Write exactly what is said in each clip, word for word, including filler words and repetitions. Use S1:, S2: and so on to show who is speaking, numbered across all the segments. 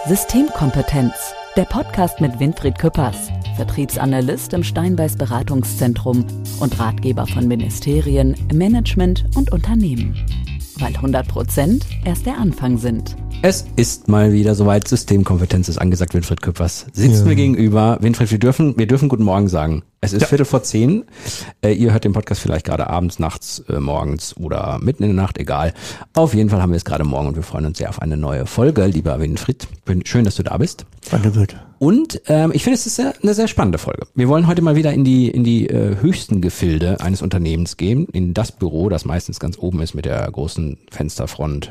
S1: Systemkompetenz, der Podcast mit Winfried Küppers, Vertriebsanalyst im Steinbeis Beratungszentrum und Ratgeber von Ministerien, Management und Unternehmen. Weil hundert Prozent erst der Anfang sind.
S2: Es ist mal wieder soweit, Systemkompetenz ist angesagt, Winfried Küppers sitzt
S3: Ja.
S2: mir gegenüber. Winfried, wir dürfen, wir dürfen guten Morgen sagen. Es ist
S3: Ja.
S2: Viertel vor zehn. Äh, ihr hört den Podcast vielleicht gerade abends, nachts, äh, morgens oder mitten in der Nacht, egal. Auf jeden Fall haben wir es gerade morgen und wir freuen uns sehr auf eine neue Folge, lieber Winfried. Schön, dass du da bist.
S3: Danke, Dirk.
S2: Und ähm, ich finde, es ist sehr, eine sehr spannende Folge. Wir wollen heute mal wieder in die in die äh, höchsten Gefilde eines Unternehmens gehen, in das Büro, das meistens ganz oben ist mit der großen Fensterfront.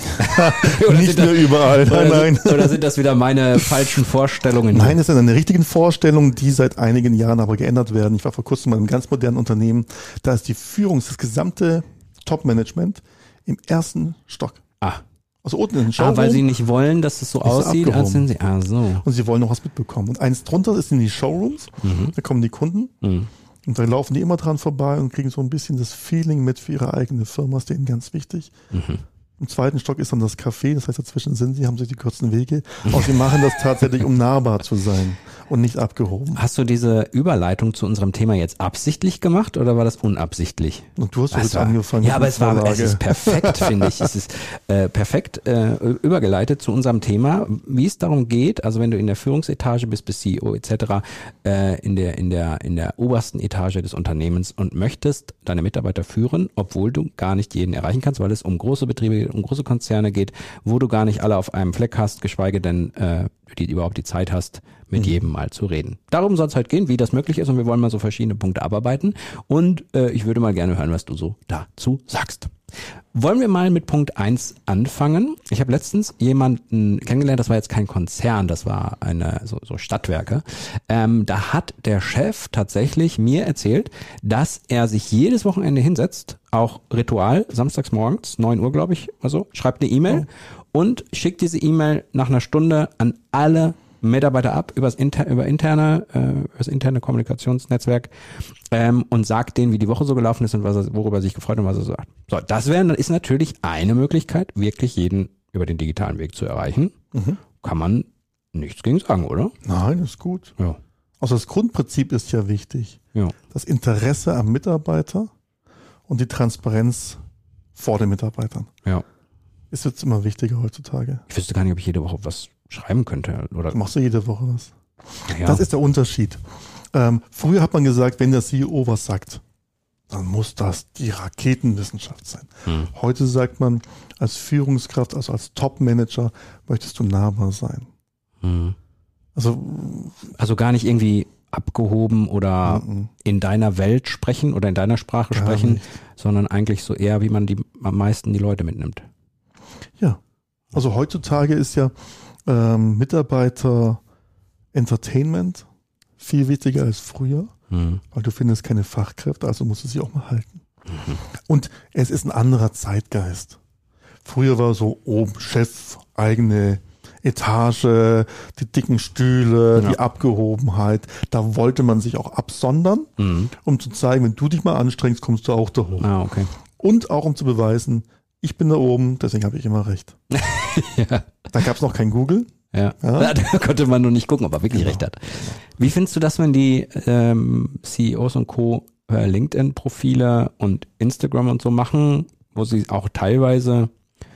S3: Nicht nur überall, nein,
S2: oder,
S3: nein.
S2: Sind, oder sind das wieder meine falschen Vorstellungen?
S3: Nein, es sind eine richtigen Vorstellungen, die seit einigen Jahren aber geändert werden. Ich war vor kurzem in einem ganz modernen Unternehmen, da ist die Führung, das gesamte Top-Management im ersten Stock.
S2: Ah.
S3: Also unten in den Showroom.
S2: Ah, weil sie nicht wollen, dass es so
S3: Ist
S2: aussieht, als sind sie. Ah, so.
S3: Und sie wollen noch was mitbekommen. Und eins drunter ist in die Showrooms,
S2: Mhm.
S3: da kommen die Kunden.
S2: Mhm.
S3: Und da laufen die immer dran vorbei und kriegen so ein bisschen das Feeling mit für ihre eigene Firma, ist denen ganz wichtig.
S2: Mhm.
S3: Im zweiten Stock ist dann das Café, das heißt, dazwischen sind sie, haben sie die kurzen Wege. Aber sie machen das tatsächlich, um nahbar zu sein und nicht abgehoben.
S2: Hast du diese Überleitung zu unserem Thema jetzt absichtlich gemacht oder war das unabsichtlich?
S3: Und du hast doch
S2: Es
S3: jetzt
S2: war,
S3: angefangen.
S2: ja,
S3: mit
S2: aber
S3: der
S2: es war, es
S3: Vorlage.
S2: ist perfekt, finde ich. Es ist äh, perfekt äh, übergeleitet zu unserem Thema, wie es darum geht, also wenn du in der Führungsetage bist, bis C E O et cetera, äh, in der in der in der obersten Etage des Unternehmens und möchtest deine Mitarbeiter führen, obwohl du gar nicht jeden erreichen kannst, weil es um große Betriebe, um große Konzerne geht, wo du gar nicht alle auf einem Fleck hast, geschweige denn äh, die überhaupt die Zeit hast, mit
S3: Mhm.
S2: jedem mal zu reden. Darum soll es halt gehen, wie das möglich ist und wir wollen mal so verschiedene Punkte abarbeiten und äh, ich würde mal gerne hören, was du so dazu sagst. Wollen wir mal mit Punkt eins anfangen? Ich habe letztens jemanden kennengelernt, das war jetzt kein Konzern, das war eine so, so Stadtwerke. Ähm, da hat der Chef tatsächlich mir erzählt, dass er sich jedes Wochenende hinsetzt, auch Ritual, samstags morgens, neun Uhr glaube ich, also schreibt eine E-Mail und schickt diese E-Mail nach einer Stunde an alle Mitarbeiter ab übers inter, über interne, äh, über das interne Kommunikationsnetzwerk ähm, und sagt denen, wie die Woche so gelaufen ist und was er, worüber er sich gefreut hat und was er so sagt. So, das wäre, ist natürlich eine Möglichkeit, wirklich jeden über den digitalen Weg zu erreichen.
S3: Mhm.
S2: Kann man nichts gegen sagen, oder?
S3: Nein, ist gut.
S2: Ja.
S3: Also das Grundprinzip ist ja wichtig.
S2: Ja.
S3: Das Interesse am Mitarbeiter und die Transparenz vor den Mitarbeitern.
S2: Ja.
S3: Ist jetzt immer wichtiger heutzutage.
S2: Ich wüsste gar nicht, ob ich jede Woche was schreiben könnte, oder?
S3: Machst du jede Woche was?
S2: Ja.
S3: Das ist der Unterschied. Ähm, früher hat man gesagt, wenn der C E O was sagt, dann muss das die Raketenwissenschaft sein.
S2: Hm.
S3: Heute sagt man, als Führungskraft, also als Top-Manager, möchtest du nahbar sein.
S2: Hm.
S3: Also,
S2: Also gar nicht irgendwie abgehoben oder
S3: mhm.
S2: in deiner Welt sprechen oder in deiner Sprache
S3: Gar
S2: sprechen,
S3: nicht.
S2: sondern eigentlich so eher, wie man die am meisten die Leute mitnimmt.
S3: Ja. Also heutzutage ist ja ähm, Mitarbeiter Entertainment viel wichtiger als früher,
S2: Hm.
S3: weil du findest keine Fachkräfte, also musst du sie auch mal halten.
S2: Mhm.
S3: Und es ist ein anderer Zeitgeist. Früher war so oben Chef, eigene Etage, die dicken Stühle,
S2: Ja.
S3: die Abgehobenheit. Da wollte man sich auch absondern,
S2: Mhm.
S3: um zu zeigen, wenn du dich mal anstrengst, kommst du auch da hoch.
S2: Ah, okay.
S3: Und auch um zu beweisen, ich bin da oben, deswegen habe ich immer recht.
S2: Ja.
S3: Da gab es noch kein Google.
S2: Ja.
S3: Ja.
S2: Da konnte man nur nicht gucken, ob er wirklich
S3: Genau.
S2: recht hat. Wie findest du das, wenn die ähm, C E Os und Co. äh, LinkedIn-Profile und Instagram und so machen, wo sie auch teilweise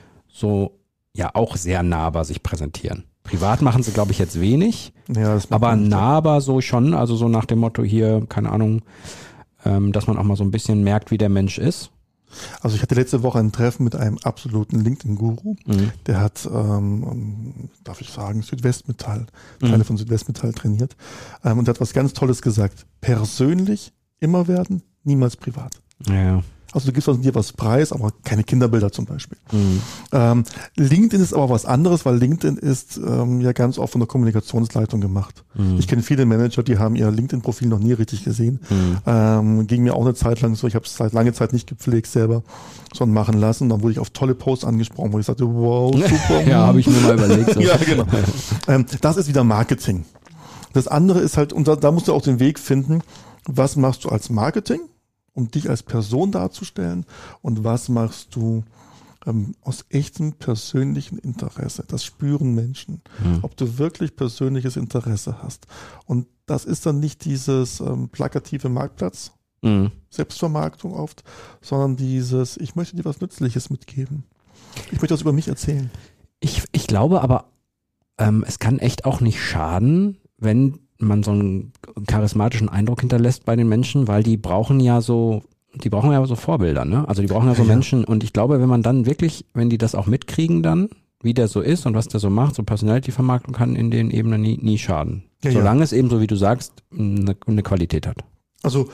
S2: so ja auch sehr nahbar sich präsentieren? Privat machen sie, glaube ich, jetzt wenig,
S3: Ja, das macht
S2: aber
S3: man nicht.
S2: nahbar so schon, also so nach dem Motto hier, keine Ahnung, ähm, dass man auch mal so ein bisschen merkt, wie der Mensch ist.
S3: Also ich hatte letzte Woche ein Treffen mit einem absoluten LinkedIn-Guru.
S2: Mhm.
S3: Der hat, ähm, darf ich sagen, Südwestmetall, Teile
S2: Mhm.
S3: von Südwestmetall trainiert. Ähm, und der hat was ganz Tolles gesagt. Persönlich immer werden, niemals privat.
S2: Ja.
S3: Also du gibst von dir was preis, aber keine Kinderbilder zum Beispiel.
S2: Mhm.
S3: Ähm, LinkedIn ist aber was anderes, weil LinkedIn ist ähm, ja ganz oft von der Kommunikationsleitung gemacht.
S2: Mhm.
S3: Ich kenne viele Manager, die haben ihr LinkedIn-Profil noch nie richtig gesehen.
S2: Mhm.
S3: Ähm, ging mir auch eine Zeit lang so, ich habe es seit langer Zeit nicht gepflegt selber, sondern machen lassen. Dann wurde ich auf tolle Posts angesprochen, wo ich sagte, wow, super.
S2: Ja, habe ich mir mal überlegt. So.
S3: Ja, genau. ähm, das ist wieder Marketing. Das andere ist halt, und da, da musst du auch den Weg finden, was machst du als Marketing, um dich als Person darzustellen, und was machst du, ähm, aus echtem persönlichen Interesse. Das spüren Menschen,
S2: Mhm.
S3: ob du wirklich persönliches Interesse hast. Und das ist dann nicht dieses ähm, plakative Marktplatz,
S2: Mhm.
S3: Selbstvermarktung oft, sondern dieses, ich möchte dir was Nützliches mitgeben. Ich möchte was über mich erzählen.
S2: Ich, ich glaube aber, ähm, es kann echt auch nicht schaden, wenn man so einen charismatischen Eindruck hinterlässt bei den Menschen, weil die brauchen ja so, die brauchen ja so Vorbilder, ne? Also die brauchen ja so
S3: Ja, ja.
S2: Menschen und ich glaube, wenn man dann wirklich, wenn die das auch mitkriegen dann, wie der so ist und was der so macht, so Personality-Vermarktung kann in den Ebenen nie, nie schaden.
S3: Ja, ja.
S2: Solange es eben, so wie du sagst, eine, eine Qualität hat.
S3: Also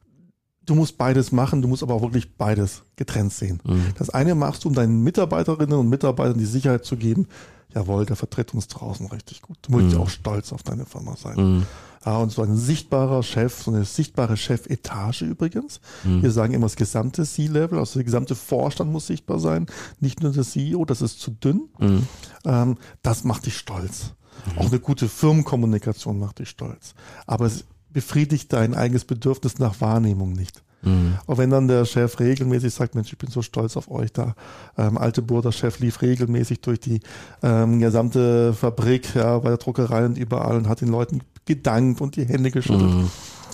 S3: du musst beides machen, du musst aber auch wirklich beides getrennt sehen.
S2: Mhm.
S3: Das eine machst du, um deinen Mitarbeiterinnen und Mitarbeitern die Sicherheit zu geben, jawohl, der vertritt uns draußen richtig gut. Du musst
S2: Mhm.
S3: auch stolz auf deine Firma sein.
S2: Mhm.
S3: Ja, und so ein sichtbarer Chef, so eine sichtbare Chefetage übrigens.
S2: Mhm.
S3: Wir sagen immer, das gesamte C-Level, also der gesamte Vorstand muss sichtbar sein, nicht nur der C E O, das ist zu dünn.
S2: Mhm.
S3: Ähm, das macht dich stolz. Auch eine gute Firmenkommunikation macht dich stolz. Aber es befriedigt dein eigenes Bedürfnis nach Wahrnehmung nicht.
S2: Mhm.
S3: Auch wenn dann der Chef regelmäßig sagt, Mensch, ich bin so stolz auf euch da. Ähm, Alteburg, der Chef lief regelmäßig durch die ähm, gesamte Fabrik, ja, bei der Druckerei und überall und hat den Leuten gedankt und die Hände geschüttelt.
S2: Mhm.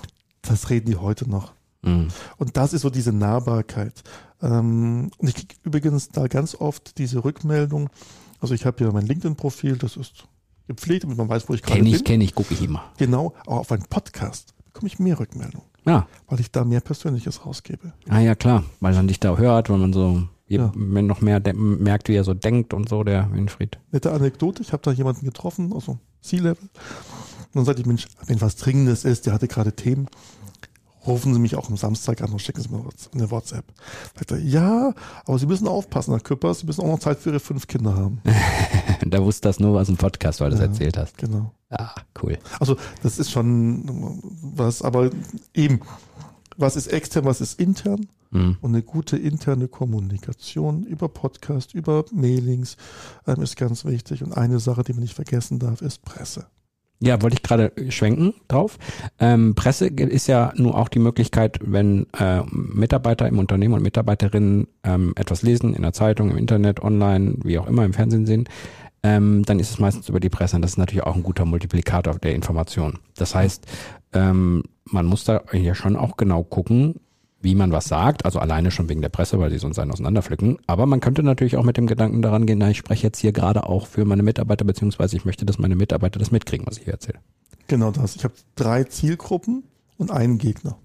S3: Das reden die heute noch.
S2: Mhm.
S3: Und das ist so diese Nahbarkeit. Ähm, und ich kriege übrigens da ganz oft diese Rückmeldung. Also ich habe ja mein LinkedIn-Profil, das ist gepflegt, damit man weiß, wo ich gerade
S2: Kenn ich,
S3: bin.
S2: kenn ich, gucke ich immer.
S3: Genau, aber auf einen Podcast bekomme ich mehr Rückmeldungen,
S2: Ja.
S3: weil ich da mehr Persönliches rausgebe.
S2: Ah ja, klar, weil man dich da hört, weil man so je,
S3: Ja.
S2: wenn noch mehr de- merkt, wie er so denkt und so, der Winfried.
S3: Nette Anekdote, ich habe da jemanden getroffen, also C-Level. Und dann sagte ich, Mensch, wenn was Dringendes ist, der hatte gerade Themen, rufen Sie mich auch am Samstag an und schicken Sie mir eine WhatsApp. Sagt er, ja, aber Sie müssen aufpassen, Herr Küppers, Sie müssen auch noch Zeit für Ihre fünf Kinder haben.
S2: Da wusste das nur aus dem Podcast, weil du das
S3: Ja.
S2: erzählt hast.
S3: Genau.
S2: Ah, cool.
S3: Also das ist schon was, aber eben, was ist extern, was ist intern?
S2: Mhm.
S3: Und eine gute interne Kommunikation über Podcast, über Mailings ähm, ist ganz wichtig. Und eine Sache, die man nicht vergessen darf, ist Presse.
S2: Ja, wollte ich gerade schwenken drauf. Ähm, Presse ist ja nur auch die Möglichkeit, wenn äh, Mitarbeiter im Unternehmen und Mitarbeiterinnen ähm, etwas lesen, in der Zeitung, im Internet, online, wie auch immer, im Fernsehen sehen, ähm, dann ist es meistens über die Presse. Und das ist natürlich auch ein guter Multiplikator der Information. Das heißt, ähm, man muss da ja schon auch genau gucken, wie man was sagt, also alleine schon wegen der Presse, weil sie sonst einen auseinanderpflücken. Aber man könnte natürlich auch mit dem Gedanken daran gehen, na, ich spreche jetzt hier gerade auch für meine Mitarbeiter, beziehungsweise ich möchte, dass meine Mitarbeiter das mitkriegen, was ich hier erzähle.
S3: Genau das. Ich habe drei Zielgruppen und einen Gegner.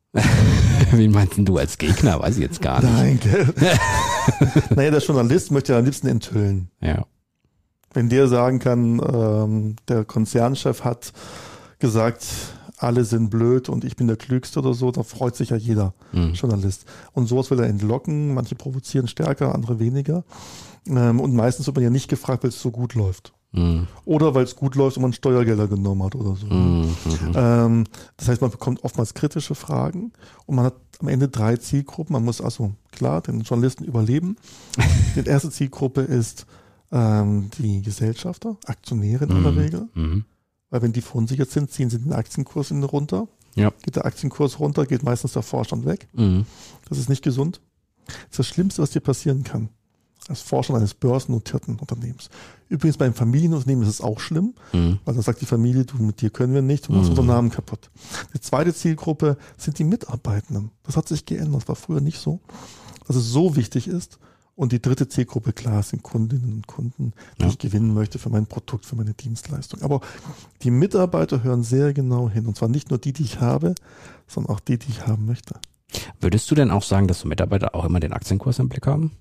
S2: Wen meinst denn du als Gegner? Weiß ich jetzt gar nicht.
S3: Nein, gell? Naja, der Journalist möchte ja am liebsten enthüllen.
S2: Ja.
S3: Wenn der sagen kann, ähm, der Konzernchef hat gesagt, alle sind blöd und ich bin der Klügste oder so, da freut sich ja jeder
S2: Mhm.
S3: Journalist. Und sowas will er entlocken. Manche provozieren stärker, andere weniger. Ähm, und meistens wird man ja nicht gefragt, weil es so gut läuft.
S2: Mhm.
S3: Oder weil es gut läuft und man Steuergelder genommen hat oder so.
S2: Mhm.
S3: Ähm, das heißt, man bekommt oftmals kritische Fragen und man hat am Ende drei Zielgruppen. Man muss also, klar, den Journalisten überleben. Die erste Zielgruppe ist ähm, die Gesellschafter, Aktionäre in aller Regel.
S2: Mhm.
S3: Weil wenn die verunsichert sind, ziehen sie den Aktienkurs in runter.
S2: Ja.
S3: Geht der Aktienkurs runter, geht meistens der Vorstand weg.
S2: Mhm.
S3: Das ist nicht gesund. Das ist das Schlimmste, was dir passieren kann. Als Vorstand eines börsennotierten Unternehmens. Übrigens beim Familienunternehmen ist es auch schlimm,
S2: Mhm.
S3: weil da sagt die Familie, du, mit dir können wir nicht, du machst
S2: Mhm.
S3: unseren Namen kaputt. Die zweite Zielgruppe sind die Mitarbeitenden. Das hat sich geändert, das war früher nicht so. Dass es so wichtig ist. Und die dritte Zielgruppe, klar, sind Kundinnen und Kunden, die
S2: Ja.
S3: ich gewinnen möchte für mein Produkt, für meine Dienstleistung. Aber die Mitarbeiter hören sehr genau hin. Und zwar nicht nur die, die ich habe, sondern auch die, die ich haben möchte.
S2: Würdest du denn auch sagen, dass so Mitarbeiter auch immer den Aktienkurs im Blick haben?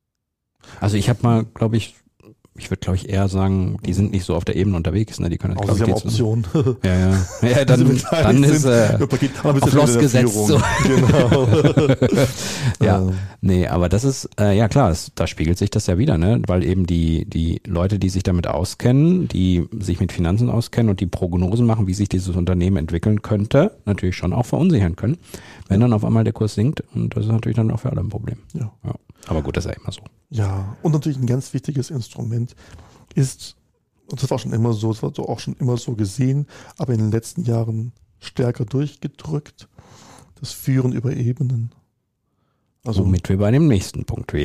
S2: Also ich habe mal, glaube ich, ich würde glaube ich eher sagen, die sind nicht so auf der Ebene unterwegs, ne? Die können
S3: Außer sie haben
S2: glaub ich, die-
S3: Optionen.
S2: Ja, ja. Ja, dann,
S3: Also beteiligt
S2: dann ist
S3: sind.
S2: äh,
S3: Ja, Paket, aber bist
S2: auf
S3: du
S2: Loss
S3: wieder in der
S2: gesetzt,
S3: Führung. Genau.
S2: Ja.
S3: Ähm,
S2: nee, aber das ist, äh, ja klar, das, da spiegelt sich das ja wieder, ne? Weil eben die, die Leute, die sich damit auskennen, die sich mit Finanzen auskennen und die Prognosen machen, wie sich dieses Unternehmen entwickeln könnte, natürlich schon auch verunsichern können, wenn dann auf einmal der Kurs sinkt. Und das ist natürlich dann auch für alle ein Problem.
S3: ja.
S2: Ja. Aber gut, das ist ja immer so.
S3: Ja, und natürlich ein ganz wichtiges Instrument ist, und das war schon immer so, das war so auch schon immer so gesehen, aber in den letzten Jahren stärker durchgedrückt, das Führen über Ebenen. Also
S2: Womit wir bei dem nächsten Punkt wären.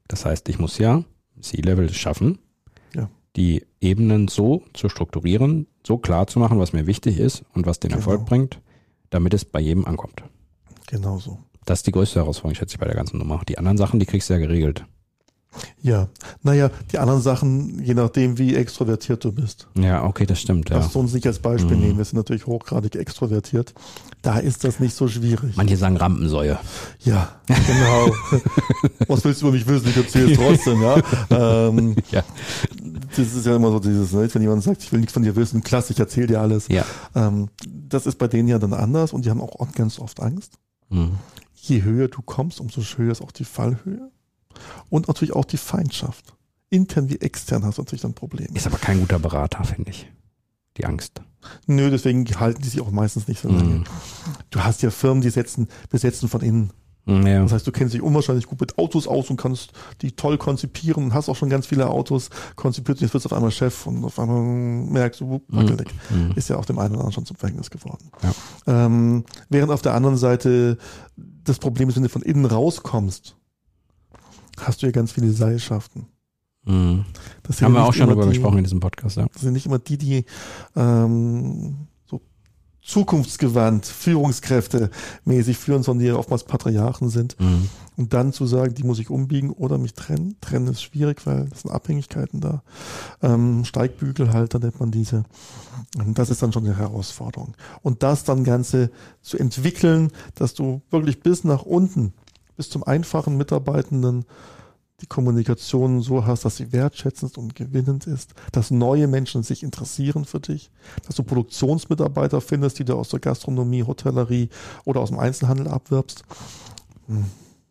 S2: Das heißt, ich muss ja C-Level schaffen,
S3: Ja.
S2: die Ebenen so zu strukturieren, so klar zu machen, was mir wichtig ist und was den
S3: Genau.
S2: Erfolg bringt, damit es bei jedem ankommt.
S3: Genau so.
S2: Das ist die größte Herausforderung, schätze ich, bei der ganzen Nummer. Die anderen Sachen, die kriegst du ja geregelt.
S3: Ja, naja, die anderen Sachen, je nachdem, wie extrovertiert du bist.
S2: Ja, okay, das stimmt. Ja.
S3: Lass uns nicht als Beispiel
S2: Mhm.
S3: nehmen, wir sind natürlich hochgradig extrovertiert. Da ist das nicht so schwierig.
S2: Manche sagen Rampensäue.
S3: Ja, genau. Was willst du über mich wissen? Ich erzähle es trotzdem, ja. Ähm,
S2: Ja.
S3: Das ist ja immer so dieses, ne, wenn jemand sagt, ich will nichts von dir wissen, klasse, ich erzähle dir alles.
S2: Ja.
S3: Ähm, das ist bei denen ja dann anders und die haben auch ganz oft Angst.
S2: Mhm.
S3: Je höher du kommst, umso höher ist auch die Fallhöhe und natürlich auch die Feindschaft. Intern wie extern hast du natürlich dann Probleme.
S2: Ist aber kein guter Berater, finde ich. Die Angst.
S3: Nö, deswegen halten die sich auch meistens nicht so lange.
S2: Mhm.
S3: Du hast ja Firmen, die setzen, besetzen von innen.
S2: Ja.
S3: Das heißt, du kennst dich unwahrscheinlich gut mit Autos aus und kannst die toll konzipieren und hast auch schon ganz viele Autos konzipiert. Jetzt wirst du auf einmal Chef und auf einmal merkst du, wupp, wackelig.
S2: Mhm.
S3: Ist ja auch dem einen oder anderen schon zum Verhängnis geworden.
S2: Ja.
S3: Ähm, während auf der anderen Seite das Problem ist, wenn du von innen rauskommst, hast du ja ganz viele Seilschaften.
S2: Mhm.
S3: Das sind
S2: Haben
S3: ja
S2: wir
S3: nicht
S2: auch schon
S3: immer
S2: drüber
S3: die,
S2: gesprochen in diesem Podcast, ja.
S3: Das sind nicht immer die, die ähm, so zukunftsgewandt, Führungskräfte-mäßig führen, sondern die ja oftmals Patriarchen sind.
S2: Mhm.
S3: Und dann zu sagen, die muss ich umbiegen oder mich trennen. Trennen ist schwierig, weil es sind Abhängigkeiten da. Ähm, Steigbügelhalter nennt man diese. Und das ist dann schon eine Herausforderung. Und das dann Ganze zu entwickeln, dass du wirklich bis nach unten, bis zum einfachen Mitarbeitenden die Kommunikation so hast, dass sie wertschätzend und gewinnend ist, dass neue Menschen sich interessieren für dich, dass du Produktionsmitarbeiter findest, die du aus der Gastronomie, Hotellerie oder aus dem Einzelhandel abwirbst. Hm.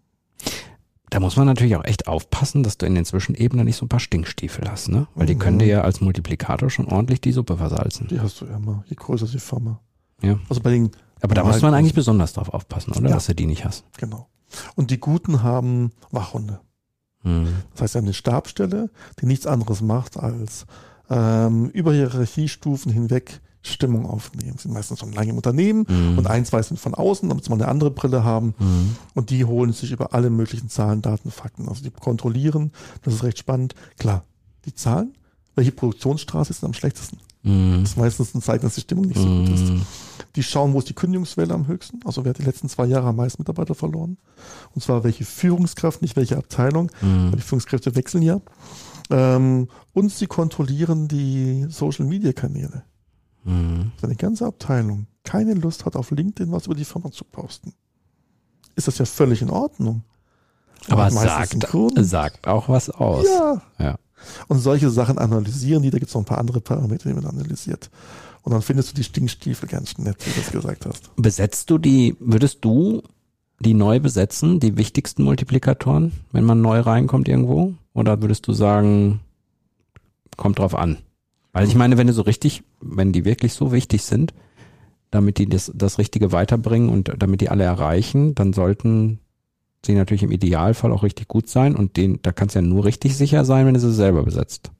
S2: Da muss man natürlich auch echt aufpassen, dass du in den Zwischenebenen nicht so ein paar Stinkstiefel hast, ne? Weil die
S3: Mhm.
S2: können dir ja als Multiplikator schon ordentlich die Suppe versalzen.
S3: Die hast du ja immer, je größer die Firma.
S2: Ja.
S3: Also bei den,
S2: Aber da muss man eigentlich besonders drauf aufpassen, oder?
S3: Ja.
S2: Dass du die nicht hast.
S3: genau. Und die Guten haben Wachhunde.
S2: Mhm.
S3: Das heißt, eine Stabsstelle, die nichts anderes macht, als ähm, über Hierarchiestufen hinweg Stimmung aufnehmen. Sie sind meistens schon lange im Unternehmen
S2: Mhm.
S3: und ein, zwei sind von außen, damit sie mal eine andere Brille haben.
S2: Mhm.
S3: Und die holen sich über alle möglichen Zahlen, Daten, Fakten. Also die kontrollieren, das ist recht spannend. Klar, die Zahlen, welche Produktionsstraße ist denn am schlechtesten?
S2: Mhm.
S3: Das ist meistens ein Zeichen, dass die Stimmung nicht so gut ist.
S2: Mhm.
S3: Die schauen, wo ist die Kündigungswelle am höchsten, also wer hat die letzten zwei Jahre am meisten Mitarbeiter verloren. Und zwar welche Führungskraft, nicht welche Abteilung,
S2: Mhm.
S3: weil die Führungskräfte wechseln ja. Ähm, und sie kontrollieren die Social-Media-Kanäle.
S2: Mhm.
S3: Seine ganze Abteilung keine Lust hat, auf LinkedIn was über die Firma zu posten, ist das ja völlig in Ordnung.
S2: Aber
S3: Hat meistens
S2: sagt,
S3: einen Grund.
S2: sagt auch was aus.
S3: Ja.
S2: Ja.
S3: Und solche Sachen analysieren die, da gibt es noch ein paar andere Parameter, die man analysiert. Und dann findest du die Stinkstiefel ganz nett, wie du das gesagt hast.
S2: Besetzt du die, würdest du die neu besetzen, die wichtigsten Multiplikatoren, wenn man neu reinkommt irgendwo? Oder würdest du sagen, kommt drauf an? Weil ich meine, wenn du so richtig, wenn die wirklich so wichtig sind, damit die das, das Richtige weiterbringen und damit die alle erreichen, dann sollten sie natürlich im Idealfall auch richtig gut sein und den, da kannst du ja nur richtig sicher sein, wenn du sie selber besetzt.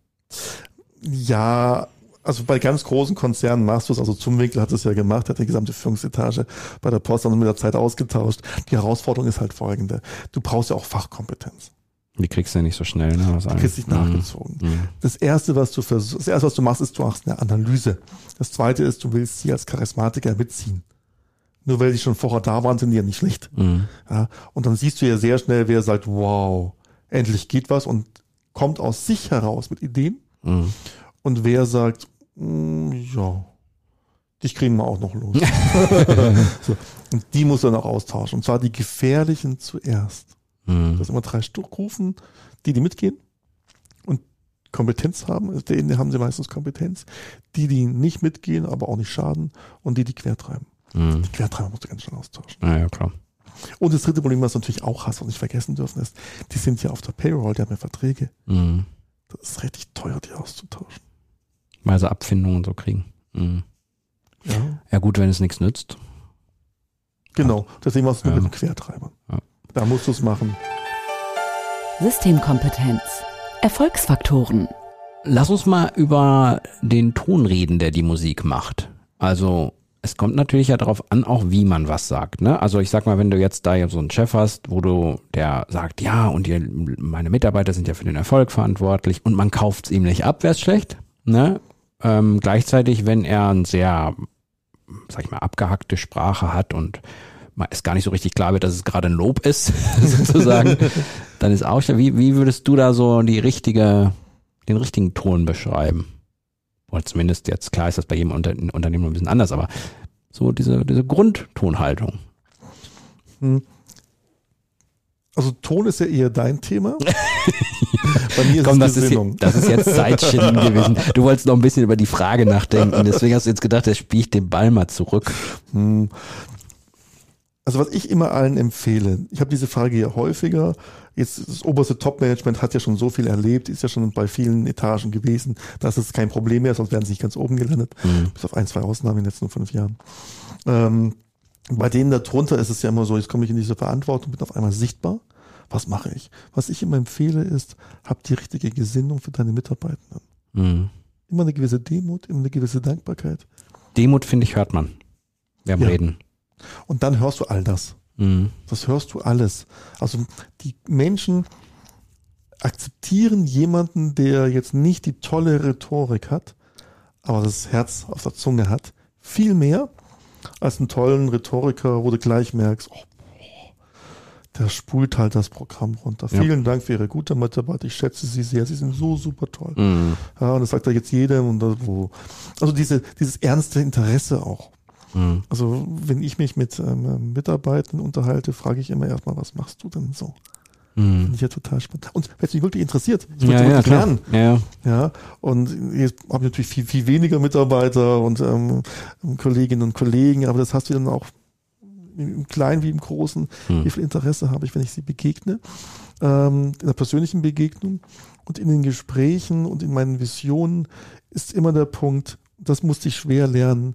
S3: Ja, also bei ganz großen Konzernen machst du es, also Zumwinkel hat es ja gemacht, hat die gesamte Führungsetage bei der Post dann mit der Zeit ausgetauscht. Die Herausforderung ist halt folgende. Du brauchst ja auch Fachkompetenz.
S2: Die kriegst du ja nicht so schnell, ne? Was
S3: Du kriegst dich nachgezogen.
S2: Mhm.
S3: Das erste, was du versuchst, das erste, was du machst, ist, du machst eine Analyse. Das zweite ist, du willst sie als Charismatiker mitziehen. Nur weil die schon vorher da waren, sind die ja nicht schlecht.
S2: Mhm.
S3: Ja, und dann siehst du ja sehr schnell, wer sagt, wow, endlich geht was und kommt aus sich heraus mit Ideen.
S2: Mhm.
S3: Und wer sagt, mm, ja, dich kriegen wir auch noch los. So. Und die muss dann auch austauschen. Und zwar die gefährlichen zuerst.
S2: Mhm.
S3: Das sind immer drei Stufen, die, die mitgehen und Kompetenz haben. Also denen haben sie meistens Kompetenz. Die, die nicht mitgehen, aber auch nicht schaden. Und die, die quertreiben.
S2: Mhm.
S3: Die Quertreiber musst du ganz schnell austauschen.
S2: Ja, ja, klar.
S3: Und das dritte Problem, was du natürlich auch hast, was nicht vergessen dürfen, ist, die sind ja auf der Payroll, die haben ja Verträge.
S2: Mhm.
S3: Das ist richtig teuer, die auszutauschen.
S2: Weil sie Abfindungen und so kriegen. Mhm.
S3: Ja,
S2: Ja gut, wenn es nichts nützt.
S3: genau. Deswegen machst du nur
S2: Ja.
S3: mit den Quertreibern.
S2: Ja.
S3: Da musst du es machen.
S1: Systemkompetenz. Erfolgsfaktoren.
S2: Lass uns mal über den Ton reden, der die Musik macht. Also es kommt natürlich ja darauf an, auch wie man was sagt. Ne? Also ich sag mal, wenn du jetzt da so einen Chef hast, wo du, der sagt, ja, und ihr, meine Mitarbeiter sind ja für den Erfolg verantwortlich und man kauft es ihm nicht ab, wäre es schlecht. Ne? Ähm, gleichzeitig, wenn er ein sehr, sag ich mal, abgehackte Sprache hat und es gar nicht so richtig klar wird, dass es gerade ein Lob ist, sozusagen, dann ist auch schon, wie, wie würdest du da so die richtige, den richtigen Ton beschreiben? Oder zumindest jetzt, klar ist das bei jedem Unter- Unternehmen ein bisschen anders, aber so diese, diese Grundtonhaltung.
S3: Also Ton ist ja eher dein Thema. Bei mir ist
S2: Komm,
S3: es
S2: das
S3: Gesinnung.
S2: Ist, das ist jetzt Zeitschinden gewesen. Du wolltest noch ein bisschen über die Frage nachdenken, deswegen hast du jetzt gedacht, das spiele ich den Ball mal zurück.
S3: Hm. Also was ich immer allen empfehle, ich habe diese Frage ja häufiger, jetzt das oberste Top-Management hat ja schon so viel erlebt, ist ja schon bei vielen Etagen gewesen, dass es kein Problem mehr ist, sonst wären sie nicht ganz oben gelandet, mhm. bis auf ein, zwei Ausnahmen in den letzten fünf Jahren. Ähm, bei denen darunter ist es ja immer so, jetzt komme ich in diese Verantwortung, bin auf einmal sichtbar. Was mache ich? Was ich immer empfehle ist, hab die richtige Gesinnung für deine Mitarbeitenden. Mhm. Immer eine gewisse Demut, immer eine gewisse Dankbarkeit.
S2: Demut, finde ich, hört man beim
S3: ja.
S2: Reden.
S3: Und dann hörst du all das. Mhm. Das hörst du alles. Also die Menschen akzeptieren jemanden, der jetzt nicht die tolle Rhetorik hat, aber das Herz auf der Zunge hat, viel mehr als einen tollen Rhetoriker, wo du gleich merkst, oh, der spult halt das Programm runter. Ja. Vielen Dank für Ihre gute Mitarbeit. Ich schätze Sie sehr. Sie sind so super toll. Mhm. Ja, und das sagt er jetzt jedem. Und das, wo, also diese, dieses ernste Interesse auch. Mhm. Also wenn ich mich mit ähm, Mitarbeitern unterhalte, frage ich immer erstmal, was machst du denn so? Mhm. Finde ich ja total spannend. Und wenn es mich wirklich interessiert, ich würde
S2: ja,
S3: wirklich
S2: ja,
S3: lernen.
S2: Ja.
S3: Ja, und jetzt habe ich natürlich viel, viel weniger Mitarbeiter und ähm, Kolleginnen und Kollegen, aber das hast du dann auch im Kleinen wie im Großen. Mhm. Wie viel Interesse habe ich, wenn ich sie begegne? Ähm, in der persönlichen Begegnung und in den Gesprächen und in meinen Visionen ist immer der Punkt, das musste ich schwer lernen,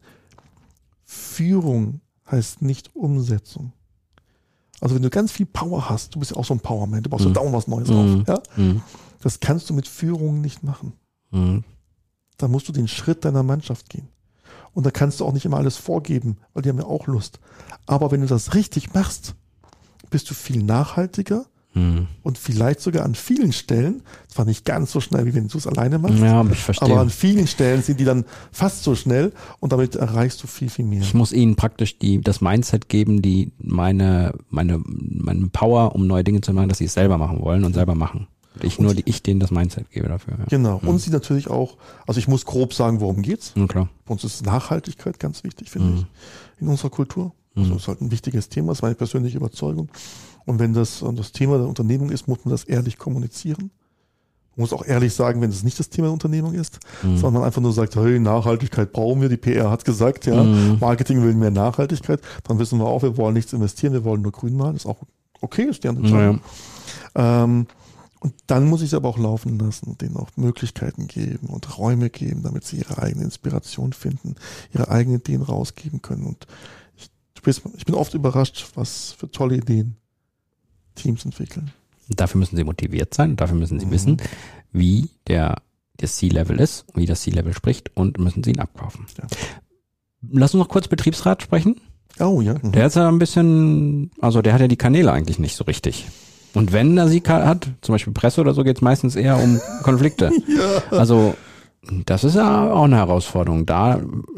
S3: Führung heißt nicht Umsetzung. Also wenn du ganz viel Power hast, du bist ja auch so ein Powerman, du baust ja mhm. dauernd was Neues mhm. auf. Ja? Mhm. Das kannst du mit Führung nicht machen. Mhm. Da musst du den Schritt deiner Mannschaft gehen. Und da kannst du auch nicht immer alles vorgeben, weil die haben ja auch Lust. Aber wenn du das richtig machst, bist du viel nachhaltiger hm. und vielleicht sogar an vielen Stellen, zwar nicht ganz so schnell, wie wenn du es alleine machst,
S2: ja, ich verstehe.
S3: aber an vielen Stellen sind die dann fast so schnell und damit erreichst du viel, viel mehr.
S2: Ich muss ihnen praktisch die, das Mindset geben, die meine, meine, meine Power, um neue Dinge zu machen, dass sie es selber machen wollen und selber machen. Ich und nur, die, ich denen das Mindset gebe dafür. Ja.
S3: Genau.
S2: Mhm.
S3: Und sie natürlich auch, also ich muss grob sagen, worum geht's.
S2: Mhm, klar.
S3: Bei uns ist Nachhaltigkeit ganz wichtig, finde mhm. ich, in unserer Kultur. Also
S2: mhm.
S3: das ist halt ein wichtiges Thema, das ist meine persönliche Überzeugung. Und wenn das das Thema der Unternehmung ist, muss man das ehrlich kommunizieren. Man muss auch ehrlich sagen, wenn es nicht das Thema der Unternehmung ist, mhm. sondern man einfach nur sagt, hey, Nachhaltigkeit brauchen wir, die P R hat gesagt, ja, mhm. Marketing will mehr Nachhaltigkeit, dann wissen wir auch, wir wollen nichts investieren, wir wollen nur grün machen, das ist auch okay, ist deren Entscheidung. Ja. Ähm, Und dann muss ich es aber auch laufen lassen und denen auch Möglichkeiten geben und Räume geben, damit sie ihre eigene Inspiration finden, ihre eigenen Ideen rausgeben können. Und ich, ich bin oft überrascht, was für tolle Ideen Teams entwickeln.
S2: Dafür müssen sie motiviert sein, dafür müssen sie mhm. wissen, wie der, der C-Level ist, wie das C-Level spricht und müssen sie ihn abkaufen. Ja. Lass uns noch kurz Betriebsrat sprechen.
S3: Oh ja. Mhm.
S2: Der ist ja ein bisschen, also der hat ja die Kanäle eigentlich nicht so richtig. Und wenn er sie hat, zum Beispiel Presse oder so, geht es meistens eher um Konflikte. Ja. Also das ist ja auch eine Herausforderung, da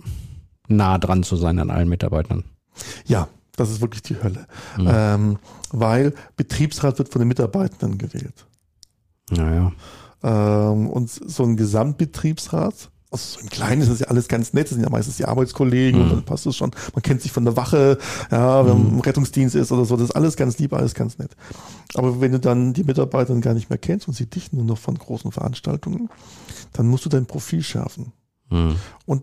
S2: nah dran zu sein an allen Mitarbeitern.
S3: Ja, das ist wirklich die Hölle. Mhm. Ähm, weil Betriebsrat wird von den Mitarbeitern gewählt.
S2: Naja.
S3: Ähm, und so ein Gesamtbetriebsrat, also so im Kleinen ist das ja alles ganz nett, das sind ja meistens die Arbeitskollegen mhm. und dann passt es schon. Man kennt sich von der Wache, ja, wenn man im Rettungsdienst ist oder so, das ist alles ganz lieb, alles ganz nett. Aber wenn du dann die Mitarbeiter gar nicht mehr kennst und sie dich nur noch von großen Veranstaltungen, dann musst du dein Profil schärfen. Mhm. Und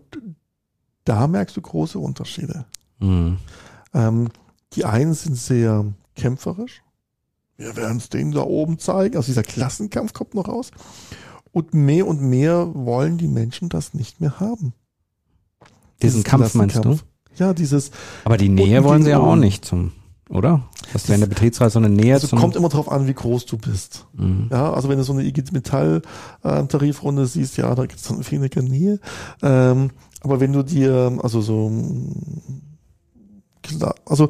S3: da merkst du große Unterschiede. Mhm. Ähm, die einen sind sehr kämpferisch. Wir werden es denen da oben zeigen. Also dieser Klassenkampf kommt noch raus. Und mehr und mehr wollen die Menschen das nicht mehr haben.
S2: Diesen Kampf meinst du?
S3: Ja, dieses.
S2: Aber die Nähe wollen sie ja auch nicht zum. oder? Das wäre in der Betriebsrat so eine Nähe
S3: Also
S2: zum...
S3: kommt immer drauf an, wie groß du bist.
S2: Mhm.
S3: Ja, also wenn du so eine I G Metall-Tarifrunde siehst, ja, da gibt es dann weniger Nähe. Ähm, aber wenn du dir, also so, klar, also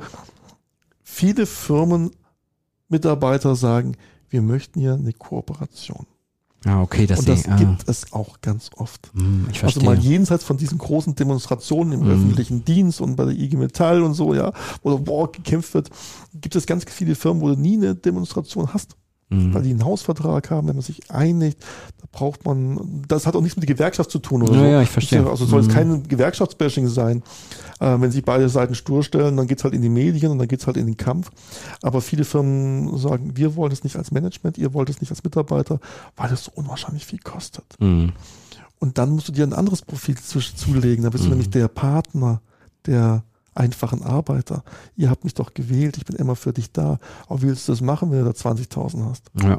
S3: viele Firmen, Mitarbeiter sagen, wir möchten hier eine Kooperation.
S2: Ah, okay, das,
S3: Und das
S2: ich, ah.
S3: gibt es auch ganz oft.
S2: Hm, ich verstehe.
S3: Also mal jenseits von diesen großen Demonstrationen im
S2: Mhm.
S3: öffentlichen Dienst und bei der I G Metall und so, ja, wo boah, gekämpft wird, gibt es ganz viele Firmen, wo du nie eine Demonstration hast.
S2: Mhm.
S3: Weil die einen Hausvertrag haben, wenn man sich einigt, da braucht man, das hat auch nichts mit der Gewerkschaft zu tun oder
S2: Ja,
S3: so.
S2: ja, ich verstehe.
S3: Also soll es
S2: Mhm.
S3: kein Gewerkschaftsbashing sein. Äh, wenn sich beide Seiten stur stellen, dann geht's halt in die Medien und dann geht's halt in den Kampf. Aber viele Firmen sagen, wir wollen es nicht als Management, ihr wollt es nicht als Mitarbeiter, weil es so unwahrscheinlich viel kostet.
S2: Mhm.
S3: Und dann musst du dir ein anderes Profil zu, zulegen. Da bist
S2: Mhm.
S3: du nämlich der Partner, der einfachen Arbeiter. Ihr habt mich doch gewählt, ich bin immer für dich da. Aber wie willst du das machen, wenn du da zwanzigtausend hast?
S2: Ja.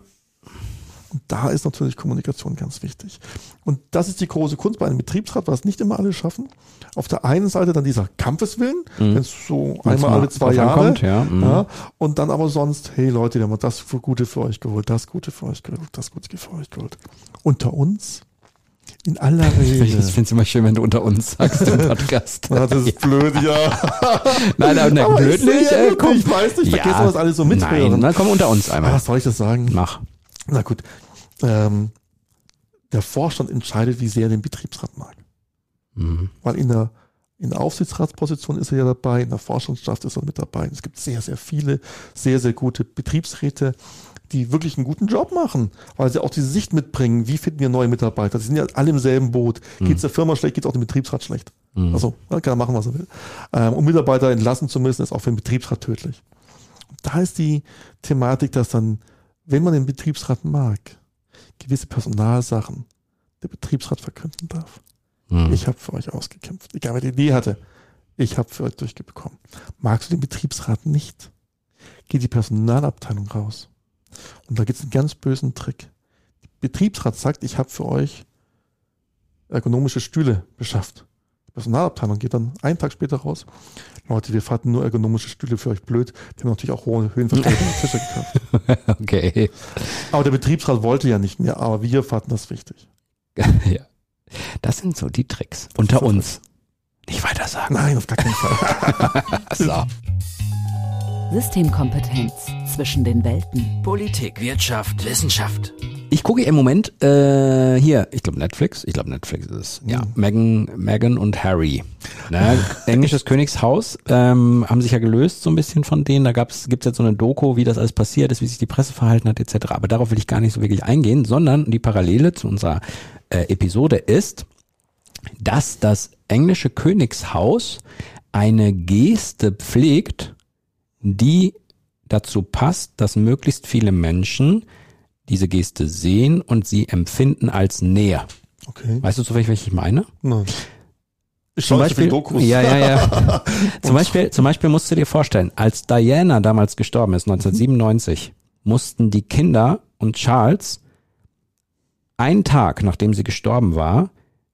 S3: Und da ist natürlich Kommunikation ganz wichtig. Und das ist die große Kunst bei einem Betriebsrat, was nicht immer alle schaffen. Auf der einen Seite dann dieser Kampfeswillen,
S2: Mhm.
S3: wenn es so
S2: Wenn's
S3: einmal
S2: mal
S3: alle zwei
S2: drauf
S3: Jahre.
S2: ankommt, ja. Mhm.
S3: Ja, und dann aber sonst, hey Leute, wir haben das für Gute für euch geholt, das Gute für euch geholt, das Gute für euch geholt. Unter uns, in aller Regel.
S2: Ich finde es immer schön, wenn du unter uns sagst im Podcast.
S3: Ja, das ist blöd, ja.
S2: Nein, nein, nein,
S3: Aber
S2: blöd
S3: ich sehe
S2: nicht.
S3: ja
S2: Äh,
S3: nicht,
S2: komm.
S3: ich weiß nicht,
S2: Ja.
S3: vergessen, was alle so mithören.
S2: Nein, dann komm unter uns einmal.
S3: Was soll ich das sagen?
S2: Mach.
S3: Na gut. Ähm, der Vorstand entscheidet, wie sehr er den Betriebsrat mag.
S2: Mhm.
S3: Weil in der, in der Aufsichtsratsposition ist er ja dabei, in der Vorstandschaft ist er mit dabei. Es gibt sehr, sehr viele, sehr, sehr gute Betriebsräte, die wirklich einen guten Job machen, weil sie auch diese Sicht mitbringen, wie finden wir neue Mitarbeiter. Die sind ja alle im selben Boot.
S2: Mhm.
S3: Geht es der Firma schlecht, geht es auch dem Betriebsrat schlecht.
S2: Mhm.
S3: Also, ja, kann er machen, was er will. Ähm, um Mitarbeiter entlassen zu müssen, ist auch für den Betriebsrat tödlich. Und da ist die Thematik, dass dann, wenn man den Betriebsrat mag, gewisse Personalsachen der Betriebsrat verkünden darf.
S2: Mhm.
S3: Ich habe für euch ausgekämpft. Egal, wer die Idee hatte. Ich habe für euch durchbekommen. Magst du den Betriebsrat nicht? Geht die Personalabteilung raus. Und da gibt es einen ganz bösen Trick. Der Betriebsrat sagt, ich habe für euch ergonomische Stühle beschafft. Die Personalabteilung geht dann einen Tag später raus. Leute, wir fanden nur ergonomische Stühle für euch blöd. Die haben natürlich auch hohe höhenvertretende Tische gekauft.
S2: Okay.
S3: Aber der Betriebsrat wollte ja nicht mehr, aber wir fanden das wichtig.
S2: Ja. Das sind so die Tricks. Unter
S3: so
S2: uns. Nicht weiter sagen.
S3: Nein, auf gar keinen Fall.
S2: So.
S1: Systemkompetenz zwischen den Welten.
S4: Politik, Wirtschaft, Wissenschaft.
S2: Ich gucke im Moment äh, hier, ich glaube Netflix, ich glaube Netflix ist es. Ja,
S3: Mhm.
S2: Meghan, Meghan und Harry. Ne? Englisches Königshaus ähm, haben sich ja gelöst so ein bisschen von denen. Da gab's gibt's jetzt so eine Doku, wie das alles passiert ist, wie sich die Presse verhalten hat et cetera. Aber darauf will ich gar nicht so wirklich eingehen, sondern die Parallele zu unserer äh, Episode ist, dass das englische Königshaus eine Geste pflegt, die dazu passt, dass möglichst viele Menschen diese Geste sehen und sie empfinden als Nähe.
S3: Okay.
S2: Weißt du zufällig, welche ich meine?
S3: Nein. Ich
S2: Zum
S3: schaue nicht so
S2: Beispiel,
S3: viel Dokus.
S2: ja, ja, ja. zum Beispiel, zum Beispiel musst du dir vorstellen, als Diana damals gestorben ist, neunzehnhundertsiebenundneunzig, mussten die Kinder und Charles einen Tag, nachdem sie gestorben war,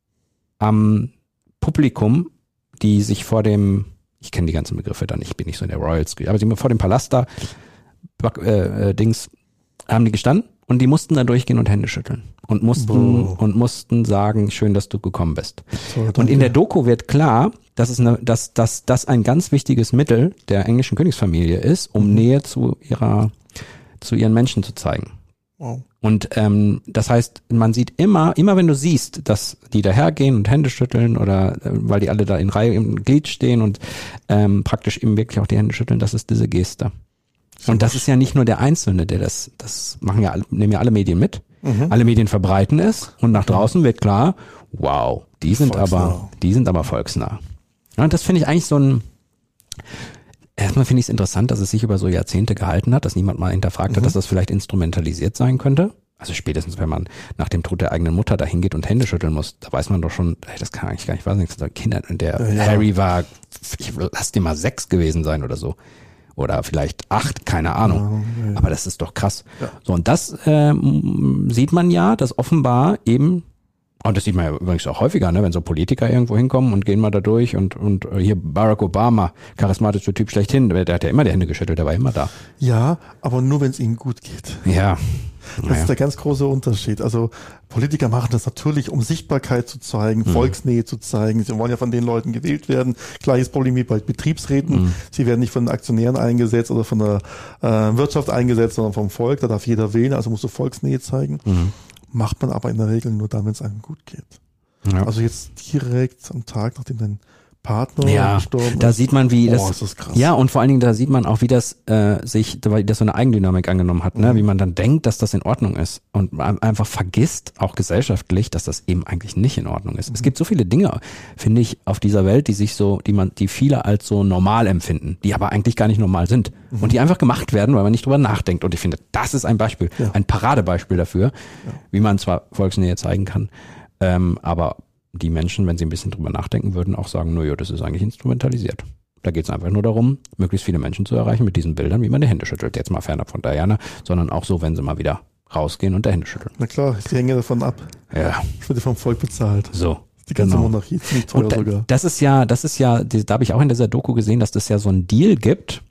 S2: am Publikum, die sich vor dem, ich kenne die ganzen Begriffe da nicht, ich bin nicht so in der Royals, aber die vor dem Palast da, äh, äh, Dings, haben die gestanden und die mussten da durchgehen und Hände schütteln und mussten
S3: Boah.
S2: und mussten sagen, schön, dass du gekommen bist.
S3: Toll,
S2: Und
S3: danke.
S2: in der Doku wird klar, dass es eine, dass, dass das ein ganz wichtiges Mittel der englischen Königsfamilie ist, um
S3: Mhm.
S2: Nähe zu ihrer, zu ihren Menschen zu zeigen.
S3: Wow.
S2: Und ähm, das heißt, man sieht immer, immer wenn du siehst, dass die dahergehen und Hände schütteln oder äh, weil die alle da in Reihe im Glied stehen und ähm, praktisch eben wirklich auch die Hände schütteln, das ist diese Geste. Und das ist ja nicht nur der Einzelne, der das, das machen ja alle, nehmen ja alle Medien mit.
S3: Mhm.
S2: Alle Medien verbreiten es und nach draußen wird klar, wow, die sind
S3: Volksnah.
S2: aber, die sind aber volksnah. Ja, und das finde ich eigentlich so ein, erstmal finde ich es interessant, dass es sich über so Jahrzehnte gehalten hat, dass niemand mal hinterfragt hat,
S3: Mhm.
S2: dass das vielleicht instrumentalisiert sein könnte. Also spätestens, wenn man nach dem Tod der eigenen Mutter dahin geht und Hände schütteln muss, da weiß man doch schon, ey, das kann eigentlich gar nicht wahr sein, dass Kinder, der
S3: Ja, ja.
S2: Harry war, ich lass den mal sechs gewesen sein oder so. Oder vielleicht acht, keine Ahnung.
S3: Ja, ja.
S2: Aber das ist doch krass.
S3: Ja.
S2: So, und das ähm, sieht man ja, dass offenbar eben Und das sieht man ja übrigens auch häufiger, ne? Wenn so Politiker irgendwo hinkommen und gehen mal da durch und, und hier Barack Obama, charismatischer Typ schlechthin, der hat ja immer die Hände geschüttelt, der war immer da.
S3: Ja, aber nur wenn es ihnen gut geht.
S2: Ja.
S3: Das
S2: Naja.
S3: ist der ganz große Unterschied. Also Politiker machen das natürlich, um Sichtbarkeit zu zeigen,
S2: Mhm.
S3: Volksnähe zu zeigen. Sie wollen ja von den Leuten gewählt werden. Gleiches Problem wie bei Betriebsräten.
S2: Mhm.
S3: Sie werden nicht von den Aktionären eingesetzt oder von der äh, Wirtschaft eingesetzt, sondern vom Volk. Da darf jeder wählen, also musst du Volksnähe zeigen.
S2: Mhm.
S3: Macht man aber in der Regel nur dann, wenn es einem gut geht.
S2: Ja.
S3: Also jetzt direkt am Tag, nachdem dein Partner
S2: Ja,
S3: gestorben
S2: da
S3: ist.
S2: sieht man, wie
S3: Oh,
S2: das,
S3: ist das krass.
S2: ja, und vor allen Dingen, da sieht man auch, wie das äh, sich, wie das so eine Eigendynamik angenommen hat, ne?
S3: Mhm.
S2: Wie man dann denkt, dass das in Ordnung ist und man einfach vergisst, auch gesellschaftlich, dass das eben eigentlich nicht in Ordnung ist.
S3: Mhm.
S2: Es gibt so viele Dinge, finde ich, auf dieser Welt, die sich so, die man, die viele als so normal empfinden, die aber eigentlich gar nicht normal sind
S3: Mhm.
S2: und die einfach gemacht werden, weil man nicht drüber nachdenkt. Und ich finde, das ist ein Beispiel,
S3: Ja.
S2: ein Paradebeispiel dafür, wie man zwar Volksnähe zeigen kann, ähm, aber die Menschen, wenn sie ein bisschen drüber nachdenken würden, auch sagen, no, ja, das ist eigentlich instrumentalisiert. Da geht es einfach nur darum, möglichst viele Menschen zu erreichen mit diesen Bildern, wie man die Hände schüttelt. Jetzt mal fernab von Diana, sondern auch so, wenn sie mal wieder rausgehen und die Hände schütteln.
S3: Na klar, ich hänge davon ab.
S2: Ja,
S3: Ich werde vom Volk bezahlt.
S2: so.
S3: Die ganze
S2: Genau.
S3: Monarchie, ziemlich teuer
S2: Und da,
S3: sogar.
S2: das ist ja, das ist ja, die- da habe ich auch in dieser Doku gesehen, dass das ja so einen Deal gibt.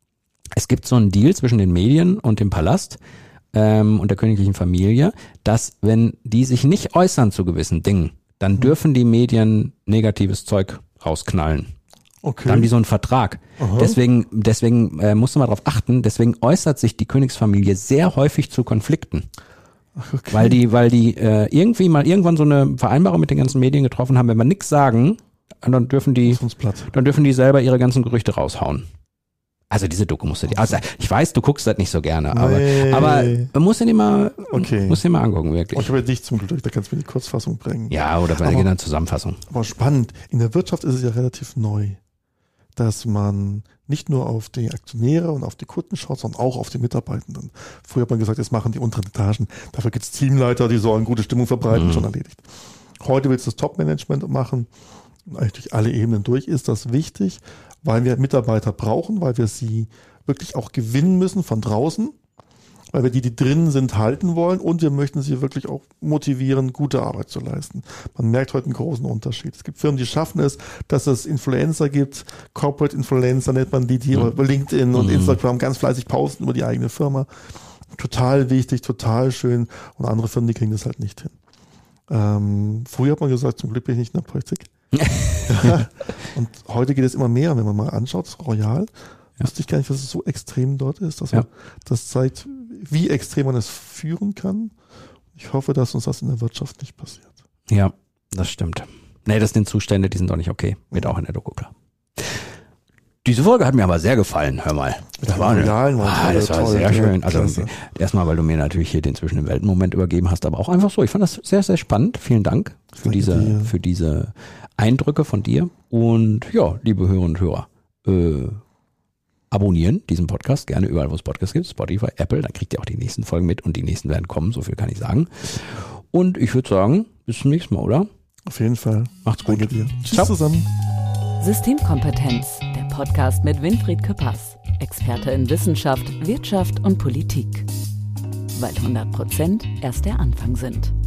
S2: Es gibt so einen Deal zwischen den Medien und dem Palast ähm, und der königlichen Familie, dass wenn die sich nicht äußern zu gewissen Dingen, dann dürfen die Medien negatives Zeug rausknallen.
S3: Okay.
S2: Da haben die so einen Vertrag.
S3: Aha.
S2: Deswegen, deswegen äh, musst du mal drauf achten, deswegen äußert sich die Königsfamilie sehr häufig zu Konflikten.
S3: Ach, okay.
S2: Weil die, weil die äh, irgendwie mal irgendwann so eine Vereinbarung mit den ganzen Medien getroffen haben, wenn wir nichts sagen, dann dürfen die,
S3: ist uns platt.
S2: dann dürfen die selber ihre ganzen Gerüchte raushauen. Also diese Doku musst du dir, also ich weiß, du guckst das nicht so gerne, aber,
S3: Nee.
S2: aber man muss den immer,
S3: Okay.
S2: muss den mal angucken,
S3: Oh,
S2: wirklich.
S3: ich habe ja dich zum Glück, da kannst du mir die Kurzfassung bringen.
S2: Ja, oder bei
S3: Aber-
S2: einer Zusammenfassung.
S3: Aber spannend, in der Wirtschaft ist es ja relativ neu, dass man nicht nur auf die Aktionäre und auf die Kunden schaut, sondern auch auf die Mitarbeitenden. Früher hat man gesagt, das machen die unteren Etagen. Dafür gibt es Teamleiter, die sollen gute Stimmung verbreiten,
S2: Mhm.
S3: schon erledigt. Heute willst du das Top-Management machen, eigentlich durch alle Ebenen durch. Ist das wichtig, weil wir Mitarbeiter brauchen, weil wir sie wirklich auch gewinnen müssen von draußen, weil wir die, die drinnen sind, halten wollen und wir möchten sie wirklich auch motivieren, gute Arbeit zu leisten. Man merkt heute einen großen Unterschied. Es gibt Firmen, die schaffen es, dass es Influencer gibt, Corporate Influencer nennt man die, die
S2: Mhm.
S3: über LinkedIn und
S2: Mhm.
S3: Instagram ganz fleißig posten über die eigene Firma. Total wichtig, total schön und andere Firmen, die kriegen das halt nicht hin. Ähm, früher hat man gesagt, zum Glück bin ich nicht in der Politik. Ja. Und heute geht es immer mehr, wenn man mal anschaut, das Royal,
S2: Ja.
S3: wusste ich gar nicht, dass es so extrem dort ist. Dass
S2: Ja.
S3: man, das zeigt, wie extrem man es führen kann. Ich hoffe, dass uns das in der Wirtschaft nicht passiert.
S2: Ja, das stimmt. Nee, das sind Zustände, die sind doch nicht okay. Wird auch in der Doku klar. Diese Folge hat mir aber sehr gefallen, hör mal.
S3: Mit
S2: Das
S3: dem
S2: war, eine,
S3: Royalen war
S2: ah,
S3: toll,
S2: das war
S3: toll,
S2: sehr
S3: ja,
S2: schön. Also
S3: klasse.
S2: erstmal, weil du mir natürlich hier den Zwischen den Welten-Moment übergeben hast, aber auch einfach so. Ich fand das sehr, sehr spannend. Vielen Dank für
S3: Danke
S2: diese,
S3: dir.
S2: für diese Eindrücke von dir. Und ja, liebe Hörerinnen und Hörer, äh, abonnieren diesen Podcast gerne überall, wo es Podcasts gibt. Spotify, Apple, dann kriegt ihr auch die nächsten Folgen mit und die nächsten werden kommen, so viel kann ich sagen. Und ich würde sagen, bis zum nächsten Mal, oder?
S3: Auf jeden Fall.
S2: Macht's gut.
S3: Danke dir. Tschüss
S2: Ciao.
S3: zusammen.
S1: Systemkompetenz, der Podcast mit Winfried Küppers, Experte in Wissenschaft, Wirtschaft und Politik. Weil hundert Prozent erst der Anfang sind.